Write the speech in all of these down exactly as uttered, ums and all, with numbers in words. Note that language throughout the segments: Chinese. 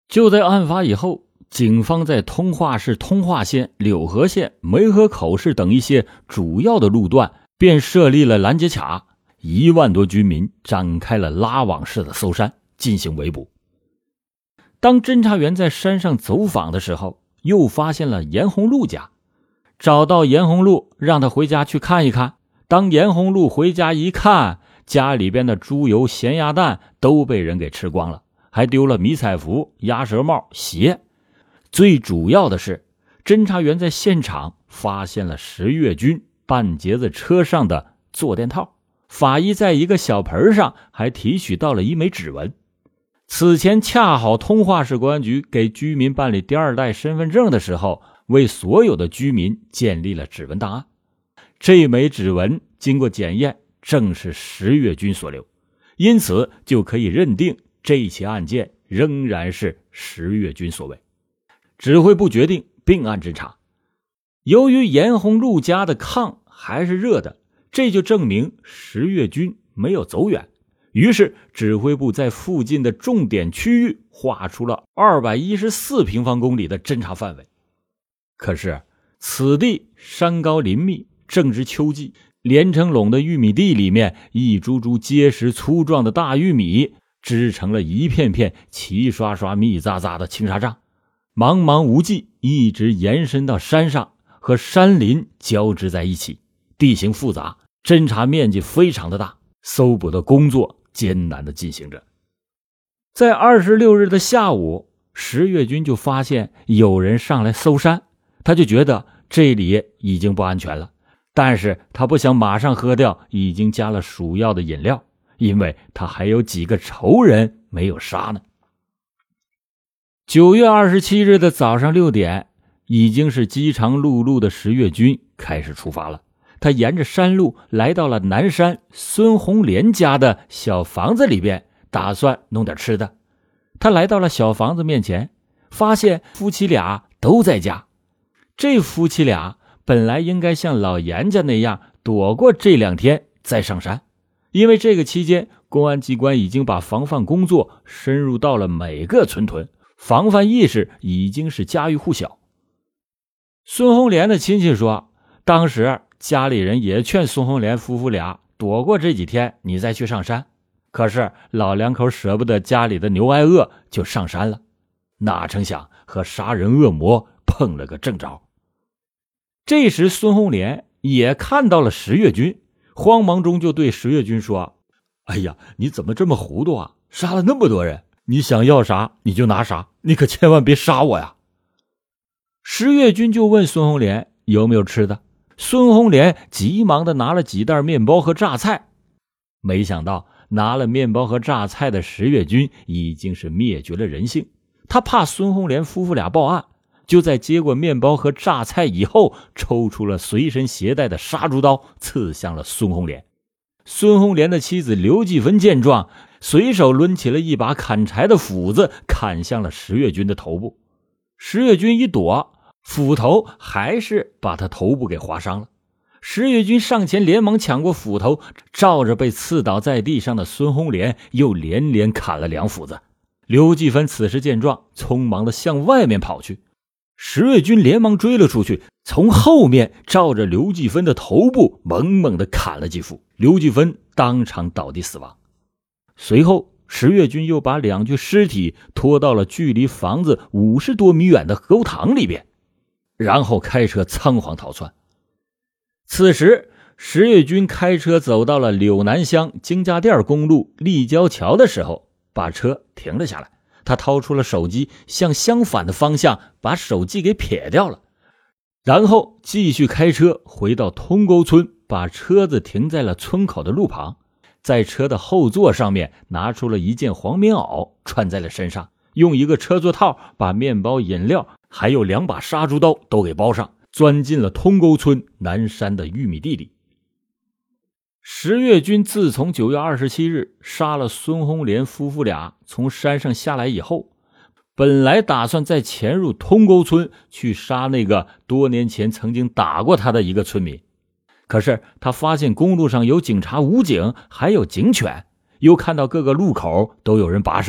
就在案发以后，警方在通化市通化县、柳河县、梅河口市等一些主要的路段便设立了拦截卡，一万多居民展开了拉网式的搜山，进行围捕。当侦查员在山上走访的时候，又发现了严红路家，找到严红路，让他回家去看一看。当严红路回家一看，家里边的猪油、咸鸭蛋都被人给吃光了，还丢了迷彩服、鸭舌帽、鞋。最主要的是，侦查员在现场发现了石跃军半截子车上的坐垫套，法医在一个小盆上还提取到了一枚指纹。此前恰好通化市公安局给居民办理第二代身份证的时候，为所有的居民建立了指纹档案。这枚指纹经过检验，正是石跃军所留，因此就可以认定这起案件仍然是石跃军所为。指挥部决定并案侦查。由于严红路家的炕还是热的，这就证明石跃军没有走远。于是指挥部在附近的重点区域划出了二百一十四平方公里的侦查范围。可是此地山高林密，正值秋季，连成垄的玉米地里面，一株株结实粗壮的大玉米织成了一片片齐刷刷密匝匝的青纱帐，茫茫无际，一直延伸到山上，和山林交织在一起，地形复杂，侦查面积非常的大，搜捕的工作艰难地进行着。在二十六日的下午，石跃军就发现有人上来搜山，他就觉得这里已经不安全了，但是他不想马上喝掉已经加了鼠药的饮料，因为他还有几个仇人没有杀呢。九月二十七日的早上六点，已经是饥肠辘辘的石跃军开始出发了。他沿着山路来到了南山孙红莲家的小房子里边，打算弄点吃的。他来到了小房子面前，发现夫妻俩都在家。这夫妻俩本来应该像老严家那样躲过这两天再上山，因为这个期间公安机关已经把防范工作深入到了每个村屯，防范意识已经是家喻户晓。孙红莲的亲戚说，当时家里人也劝孙红莲夫妇俩躲过这几天你再去上山，可是老两口舍不得家里的牛挨饿，就上山了。哪成想和杀人恶魔碰了个正着。这时孙红莲也看到了石跃军，慌忙中就对石跃军说，哎呀，你怎么这么糊涂啊，杀了那么多人，你想要啥你就拿啥，你可千万别杀我呀。石跃军就问孙红莲有没有吃的，孙红莲急忙的拿了几袋面包和榨菜。没想到拿了面包和榨菜的石跃军已经是灭绝了人性，他怕孙红莲夫妇俩报案，就在接过面包和榨菜以后，抽出了随身携带的杀猪刀，刺向了孙红莲。孙红莲的妻子刘继芬见状，随手抡起了一把砍柴的斧子，砍向了石跃军的头部。石跃军一躲，斧头还是把他头部给划伤了。石跃军上前连忙抢过斧头，照着被刺倒在地上的孙红莲又连连砍了两斧子。刘继芬此时见状，匆忙地向外面跑去。石跃军连忙追了出去，从后面照着刘继芬的头部猛猛地砍了几斧，刘继芬当场倒地死亡。随后石跃军又把两具尸体拖到了距离房子五十多米远的沟塘里边，然后开车仓皇逃窜。此时石跃军开车走到了柳南乡京家店公路立交桥的时候，把车停了下来。他掏出了手机，向相反的方向把手机给撇掉了，然后继续开车回到通沟村，把车子停在了村口的路旁，在车的后座上面拿出了一件黄棉袄穿在了身上，用一个车座套把面包、饮料还有两把杀猪刀都给包上，钻进了通沟村南山的玉米地里。石跃军自从九月二十七日杀了孙红莲夫妇俩从山上下来以后，本来打算再潜入通沟村去杀那个多年前曾经打过他的一个村民，可是他发现公路上有警察、武警还有警犬，又看到各个路口都有人把守，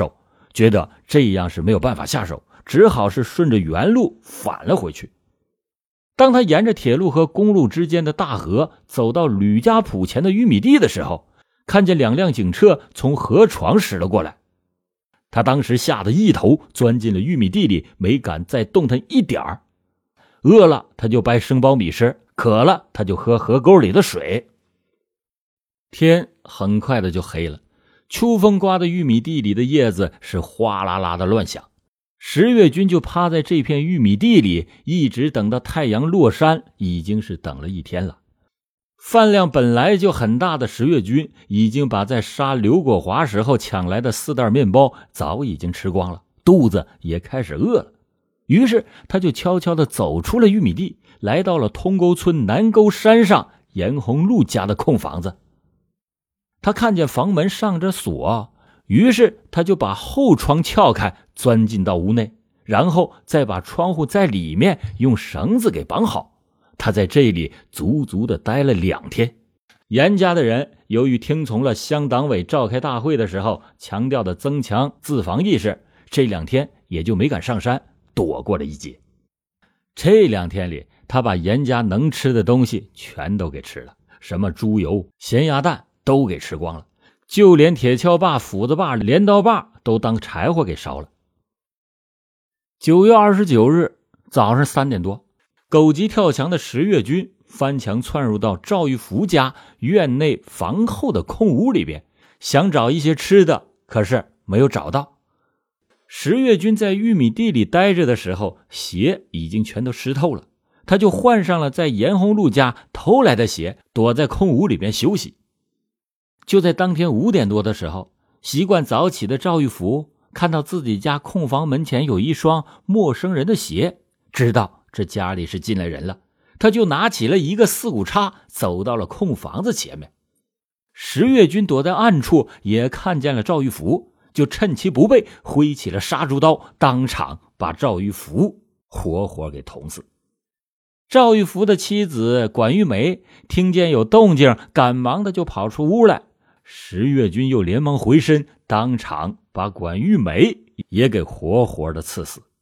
觉得这样是没有办法下手，只好是顺着原路返了回去。当他沿着铁路和公路之间的大河走到吕家堡前的玉米地的时候，看见两辆警车从河床驶了过来。他当时吓得一头钻进了玉米地里，没敢再动弹一点儿。饿了他就掰生苞米吃，渴了他就喝河沟里的水。天很快的就黑了，秋风刮的玉米地里的叶子是哗啦啦的乱响。十月军就趴在这片玉米地里，一直等到太阳落山，已经是等了一天了。饭量本来就很大的十月军已经把在杀刘国华时候抢来的四袋面包早已经吃光了，肚子也开始饿了。于是他就悄悄地走出了玉米地，来到了通沟村南沟山上严红路家的空房子。他看见房门上着锁，于是他就把后窗撬开，钻进到屋内，然后再把窗户在里面用绳子给绑好。他在这里足足的待了两天。严家的人由于听从了乡党委召开大会的时候强调的增强自防意识，这两天也就没敢上山，躲过了一劫。这两天里，他把严家能吃的东西全都给吃了，什么猪油、咸鸭蛋都给吃光了，就连铁锹把、斧子把、镰刀把都当柴火给烧了。九月二十九日早上三点多，狗急跳墙的十月军翻墙窜入到赵玉福家院内房后的空屋里边，想找一些吃的，可是没有找到。十月军在玉米地里待着的时候，鞋已经全都湿透了，他就换上了在严红路家偷来的鞋，躲在空屋里边休息。就在当天五点多的时候，习惯早起的赵玉福看到自己家空房门前有一双陌生人的鞋，知道这家里是进来人了，他就拿起了一个四股叉，走到了空房子前面。十月军躲在暗处也看见了赵玉福，就趁其不备挥起了杀猪刀，当场把赵玉福活活给捅死。赵玉福的妻子管玉梅听见有动静，赶忙的就跑出屋来，十月军又连忙回身，当场把管玉梅也给活活的刺死。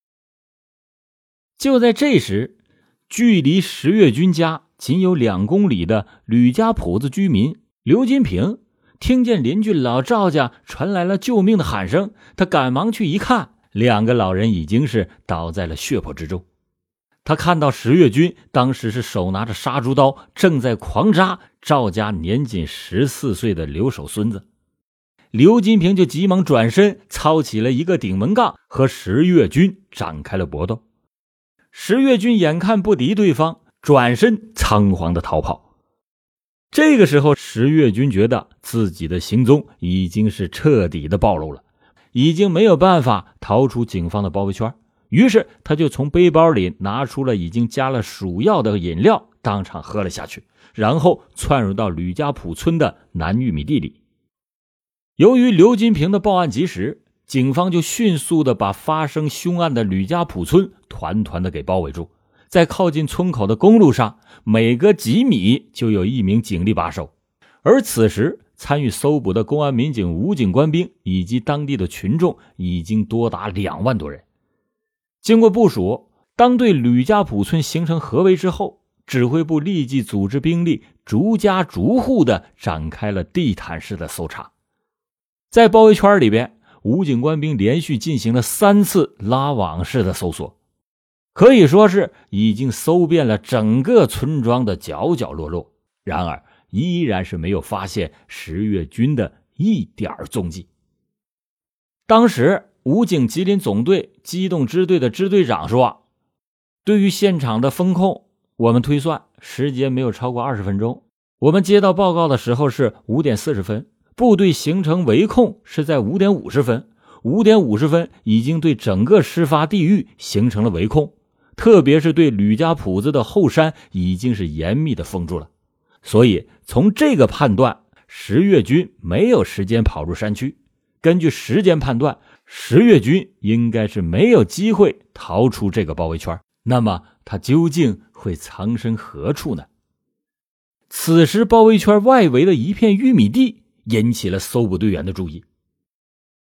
就在这时，距离十月军家仅有两公里的吕家堡子居民刘金平听见邻居老赵家传来了救命的喊声，他赶忙去一看，两个老人已经是倒在了血泊之中。他看到十月军当时是手拿着杀猪刀，正在狂扎赵家年仅十四岁的留守孙子。刘金平就急忙转身操起了一个顶门杠，和十月军展开了搏斗。十月军眼看不敌对方，转身仓皇的逃跑。这个时候，十月军觉得自己的行踪已经是彻底的暴露了，已经没有办法逃出警方的包围圈。于是他就从背包里拿出了已经加了鼠药的饮料，当场喝了下去，然后窜入到吕家堡村的南玉米地里。由于刘金平的报案及时，警方就迅速的把发生凶案的吕家堡村团团的给包围住。在靠近村口的公路上，每隔几米就有一名警力把守。而此时参与搜捕的公安民警、武警官兵以及当地的群众已经多达两万多人。经过部署，当对吕家堡村形成合围之后，指挥部立即组织兵力逐家逐户的展开了地毯式的搜查。在包围圈里边，武警官兵连续进行了三次拉网式的搜索，可以说是已经搜遍了整个村庄的角角落落，然而依然是没有发现十月军的一点踪迹。当时武警吉林总队机动支队的支队长说，对于现场的风控，我们推算时间没有超过二十分钟。我们接到报告的时候是五点四十分，部队形成围控是在五点五十分，五点五十分已经对整个事发地域形成了围控，特别是对吕家堡子的后山已经是严密的封住了。所以从这个判断，十月军没有时间跑入山区。根据时间判断，十月军应该是没有机会逃出这个包围圈，那么他究竟会藏身何处呢？此时包围圈外围的一片玉米地引起了搜捕队员的注意。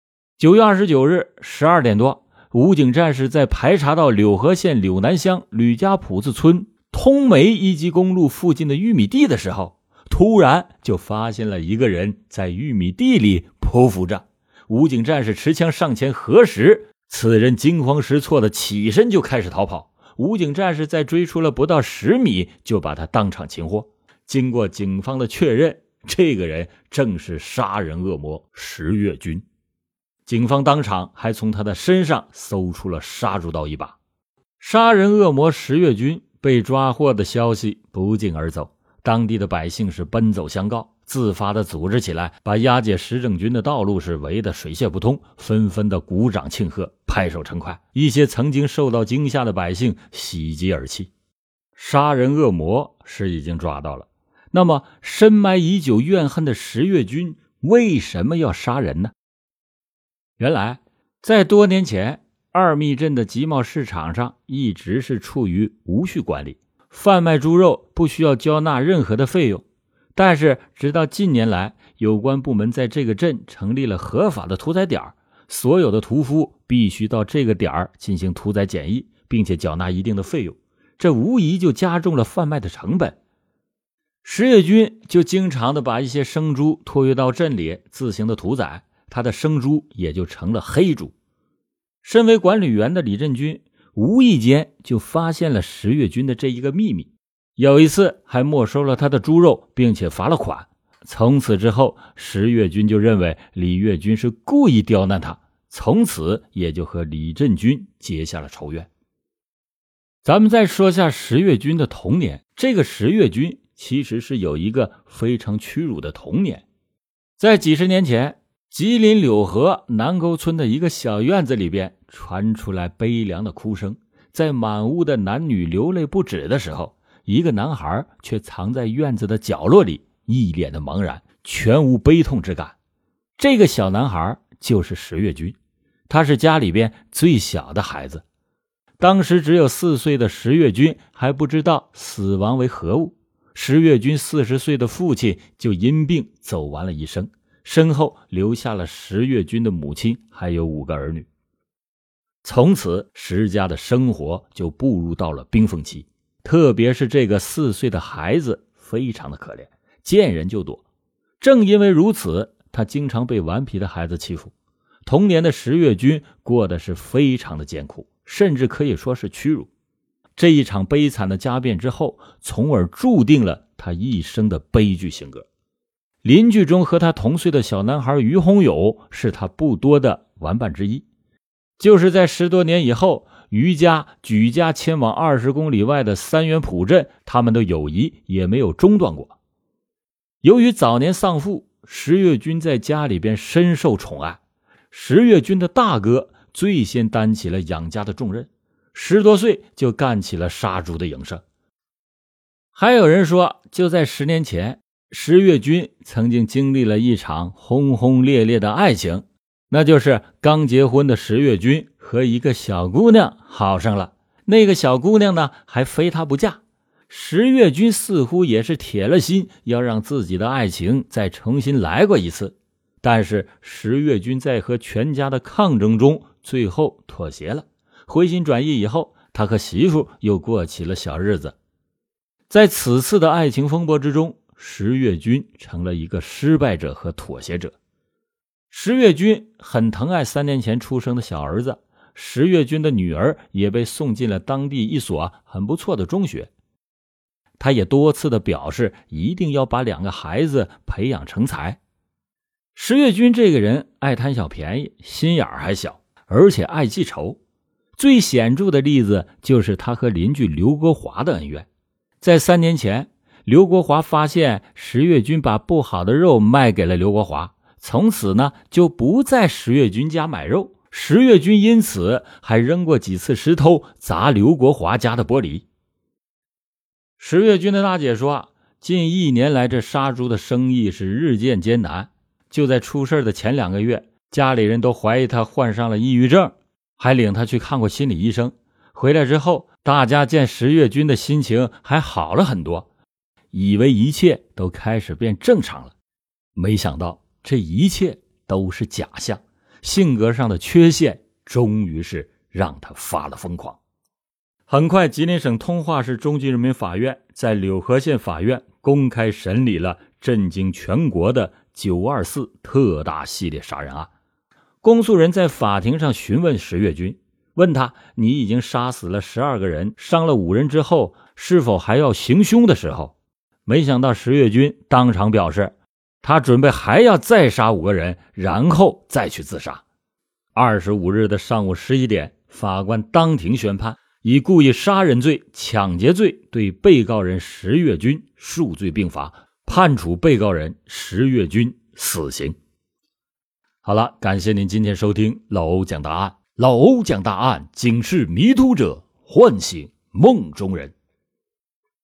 九月二十九日十二点多，武警战士在排查到柳河县柳南乡吕家堡子村通梅一级公路附近的玉米地的时候，突然就发现了一个人在玉米地里匍匐着。武警战士持枪上前核实，此人惊慌失措的起身就开始逃跑。武警战士在追出了不到十米，就把他当场擒获。经过警方的确认，这个人正是杀人恶魔石月军。警方当场还从他的身上搜出了杀猪刀一把。杀人恶魔石月军被抓获的消息不胫而走，当地的百姓是奔走相告，自发的组织起来，把押解石正军的道路是围得水泄不通，纷纷的鼓掌庆贺，拍手称快。一些曾经受到惊吓的百姓喜极而泣。杀人恶魔是已经抓到了，那么深埋已久怨恨的石月军为什么要杀人呢？原来在多年前，二密镇的集贸市场上一直是处于无序管理，贩卖猪肉不需要交纳任何的费用。但是直到近年来，有关部门在这个镇成立了合法的屠宰点，所有的屠夫必须到这个点进行屠宰检疫，并且缴纳一定的费用，这无疑就加重了贩卖的成本。石月军就经常的把一些生猪托运到镇里自行的屠宰，他的生猪也就成了黑猪。身为管理员的李振军无意间就发现了石月军的这一个秘密，有一次还没收了他的猪肉，并且罚了款。从此之后，石月军就认为李月军是故意刁难他，从此也就和李振军结下了仇怨。咱们再说下石月军的童年。这个石月军其实是有一个非常屈辱的童年。在几十年前，吉林柳河南沟村的一个小院子里边传出来悲凉的哭声，在满屋的男女流泪不止的时候，一个男孩却藏在院子的角落里，一脸的茫然，全无悲痛之感。这个小男孩就是石月军，他是家里边最小的孩子。当时只有四岁的石月军还不知道死亡为何物。石月军四十岁的父亲就因病走完了一生，身后留下了石月军的母亲还有五个儿女。从此石家的生活就步入到了冰封期，特别是这个四岁的孩子非常的可怜，见人就躲。正因为如此，他经常被顽皮的孩子欺负。童年的石月军过得是非常的艰苦，甚至可以说是屈辱。这一场悲惨的家变之后，从而注定了他一生的悲剧性格。邻居中和他同岁的小男孩于洪友是他不多的玩伴之一。就是在十多年以后，于家举家迁往二十公里外的三元浦镇，他们的友谊也没有中断过。由于早年丧父，石月军在家里边深受宠爱。石月军的大哥最先担起了养家的重任，十多岁就干起了杀猪的营生。还有人说，就在十年前，石月军曾经经历了一场轰轰烈烈的爱情，那就是刚结婚的石月军和一个小姑娘好上了。那个小姑娘呢，还非他不嫁。石月军似乎也是铁了心要让自己的爱情再重新来过一次，但是石月军在和全家的抗争中最后妥协了。回心转意以后，他和媳妇又过起了小日子。在此次的爱情风波之中，石月军成了一个失败者和妥协者。石月军很疼爱三年前出生的小儿子，石月军的女儿也被送进了当地一所很不错的中学。他也多次的表示一定要把两个孩子培养成才。石月军这个人爱贪小便宜，心眼还小，而且爱记仇。最显著的例子就是他和邻居刘国华的恩怨。在三年前，刘国华发现石月军把不好的肉卖给了刘国华，从此呢就不在石月军家买肉。石月军因此还扔过几次石头砸刘国华家的玻璃。石月军的大姐说，近一年来这杀猪的生意是日渐艰难。就在出事的前两个月，家里人都怀疑他患上了抑郁症，还领他去看过心理医生。回来之后，大家见石月军的心情还好了很多，以为一切都开始变正常了。没想到这一切都是假象， 性格上的缺陷，终于是让他发了疯狂。很快，吉林省通化市中级人民法院在柳河县法院公开审理了震惊全国的九二四特大系列杀人案。公诉人在法庭上询问石跃军，问他你已经杀死了十二个人，伤了五人之后，是否还要行凶的时候，没想到石跃军当场表示，他准备还要再杀五个人，然后再去自杀。二十五日的上午十一点，法官当庭宣判，以故意杀人罪、抢劫罪对被告人石跃军数罪并罚，判处被告人石跃军死刑。好了，感谢您今天收听老欧讲大案。老欧讲大案，警示迷途者，唤醒梦中人。